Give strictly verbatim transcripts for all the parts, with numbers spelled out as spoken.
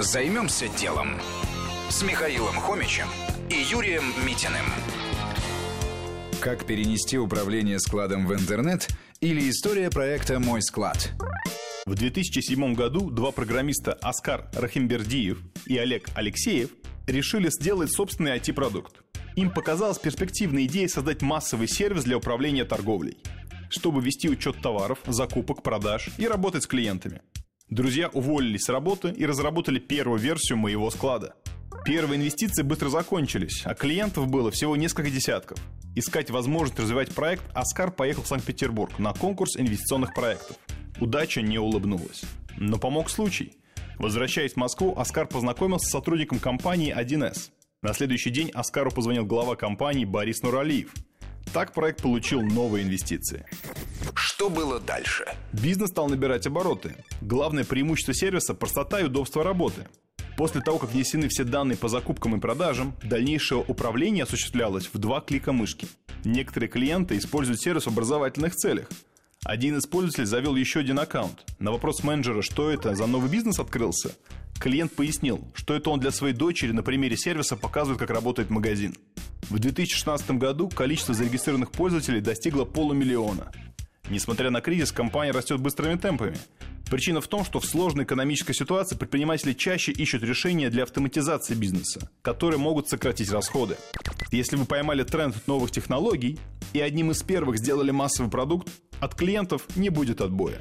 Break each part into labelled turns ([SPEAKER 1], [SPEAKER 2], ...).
[SPEAKER 1] Займемся делом с Михаилом Хомичем и Юрием Митиным. Как перенести управление складом в интернет или история проекта «Мой склад».
[SPEAKER 2] В две тысячи седьмом году два программиста Оскар Рахимбердиев и Олег Алексеев решили сделать собственный ай ти-продукт. Им показалась перспективная идея создать массовый сервис для управления торговлей, чтобы вести учет товаров, закупок, продаж и работать с клиентами. Друзья уволились с работы и разработали первую версию «Моего склада». Первые инвестиции быстро закончились, а клиентов было всего несколько десятков. Искать возможность развивать проект Оскар поехал в Санкт-Петербург на конкурс инвестиционных проектов. Удача не улыбнулась. Но помог случай. Возвращаясь в Москву, Оскар познакомился с сотрудником компании один эс. На следующий день Оскару позвонил глава компании Борис Нуралиев. Так проект получил новые инвестиции.
[SPEAKER 1] Что было дальше?
[SPEAKER 2] Бизнес стал набирать обороты. Главное преимущество сервиса – простота и удобство работы. После того, как внесены все данные по закупкам и продажам, дальнейшее управление осуществлялось в два клика мышки. Некоторые клиенты используют сервис в образовательных целях. Один из пользователей завел еще один аккаунт. На вопрос менеджера, что это за новый бизнес открылся, клиент пояснил, что это он для своей дочери на примере сервиса показывает, как работает магазин. В две тысячи шестнадцатом году количество зарегистрированных пользователей достигло полумиллиона. Несмотря на кризис, компания растет быстрыми темпами. Причина в том, что в сложной экономической ситуации предприниматели чаще ищут решения для автоматизации бизнеса, которые могут сократить расходы. Если вы поймали тренд новых технологий и одним из первых сделали массовый продукт, от клиентов не будет отбоя.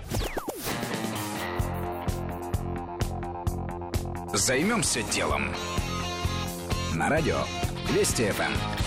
[SPEAKER 1] Займемся делом. На радио Вести эф эм.